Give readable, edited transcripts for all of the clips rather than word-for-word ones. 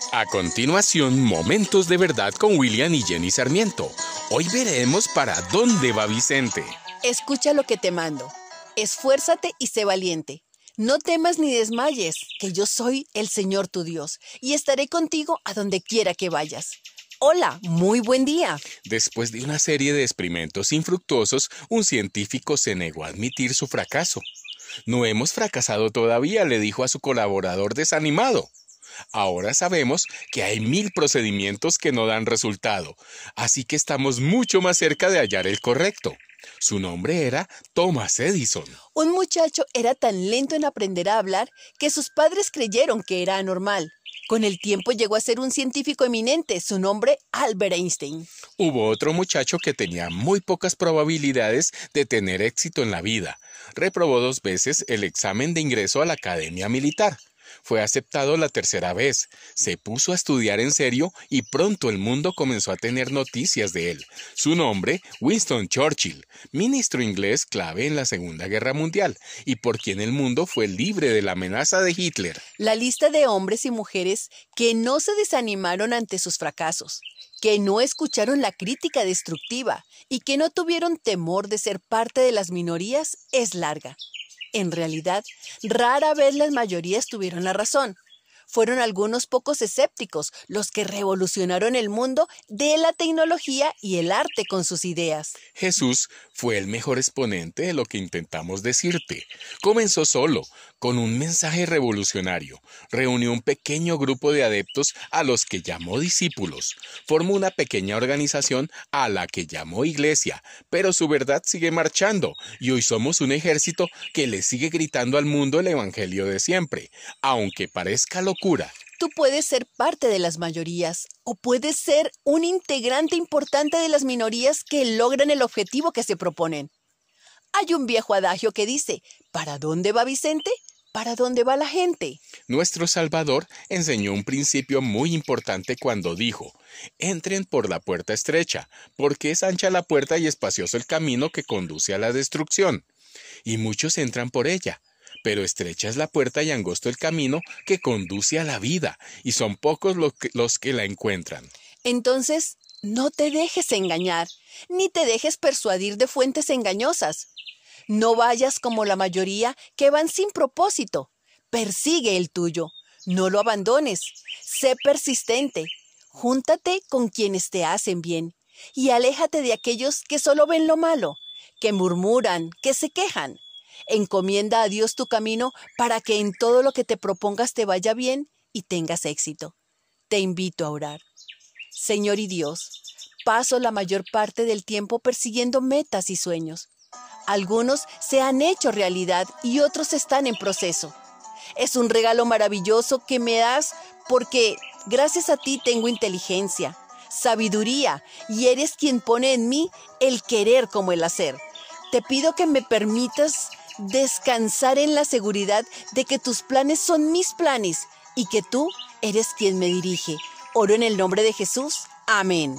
A continuación, Momentos de Verdad con William y Jenny Sarmiento. Hoy veremos para dónde va Vicente. Escucha lo que te mando. Esfuérzate y sé valiente. No temas ni desmayes, que yo soy el Señor tu Dios, y estaré contigo a donde quiera que vayas. Hola, muy buen día. Después de una serie de experimentos infructuosos, un científico se negó a admitir su fracaso. No hemos fracasado todavía, le dijo a su colaborador desanimado. Ahora sabemos que hay 1000 procedimientos que no dan resultado, así que estamos mucho más cerca de hallar el correcto. Su nombre era Thomas Edison. Un muchacho era tan lento en aprender a hablar que sus padres creyeron que era anormal. Con el tiempo llegó a ser un científico eminente, su nombre Albert Einstein. Hubo otro muchacho que tenía muy pocas probabilidades de tener éxito en la vida. Reprobó 2 veces el examen de ingreso a la Academia Militar. Fue aceptado la tercera vez, se puso a estudiar en serio y pronto el mundo comenzó a tener noticias de él. Su nombre, Winston Churchill, ministro inglés clave en la Segunda Guerra Mundial y por quien el mundo fue libre de la amenaza de Hitler. La lista de hombres y mujeres que no se desanimaron ante sus fracasos, que no escucharon la crítica destructiva y que no tuvieron temor de ser parte de las minorías es larga. En realidad, rara vez las mayorías tuvieron la razón. Fueron algunos pocos escépticos los que revolucionaron el mundo de la tecnología y el arte con sus ideas. Jesús fue el mejor exponente de lo que intentamos decirte. Comenzó solo, con un mensaje revolucionario. Reunió un pequeño grupo de adeptos a los que llamó discípulos. Formó una pequeña organización a la que llamó iglesia, pero su verdad sigue marchando y hoy somos un ejército que le sigue gritando al mundo el evangelio de siempre, aunque parezca locura. Tú puedes ser parte de las mayorías o puedes ser un integrante importante de las minorías que logran el objetivo que se proponen. Hay un viejo adagio que dice, ¿para dónde va Vicente? ¿Para dónde va la gente? Nuestro Salvador enseñó un principio muy importante cuando dijo, entren por la puerta estrecha, porque es ancha la puerta y espacioso el camino que conduce a la destrucción. Y muchos entran por ella. Pero estrecha es la puerta y angosto el camino que conduce a la vida, y son pocos los que la encuentran. Entonces, no te dejes engañar, ni te dejes persuadir de fuentes engañosas. No vayas como la mayoría que van sin propósito. Persigue el tuyo, no lo abandones, sé persistente, júntate con quienes te hacen bien, y aléjate de aquellos que solo ven lo malo, que murmuran, que se quejan. Encomienda a Dios tu camino para que en todo lo que te propongas te vaya bien y tengas éxito. Te invito a orar. Señor y Dios, paso la mayor parte del tiempo persiguiendo metas y sueños. Algunos se han hecho realidad y otros están en proceso. Es un regalo maravilloso que me das porque gracias a ti tengo inteligencia, sabiduría y eres quien pone en mí el querer como el hacer. Te pido que me permitas descansar en la seguridad de que tus planes son mis planes y que tú eres quien me dirige. Oro en el nombre de Jesús. Amén.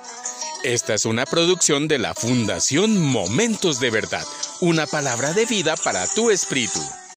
Esta es una producción de la Fundación Momentos de Verdad, una palabra de vida para tu espíritu.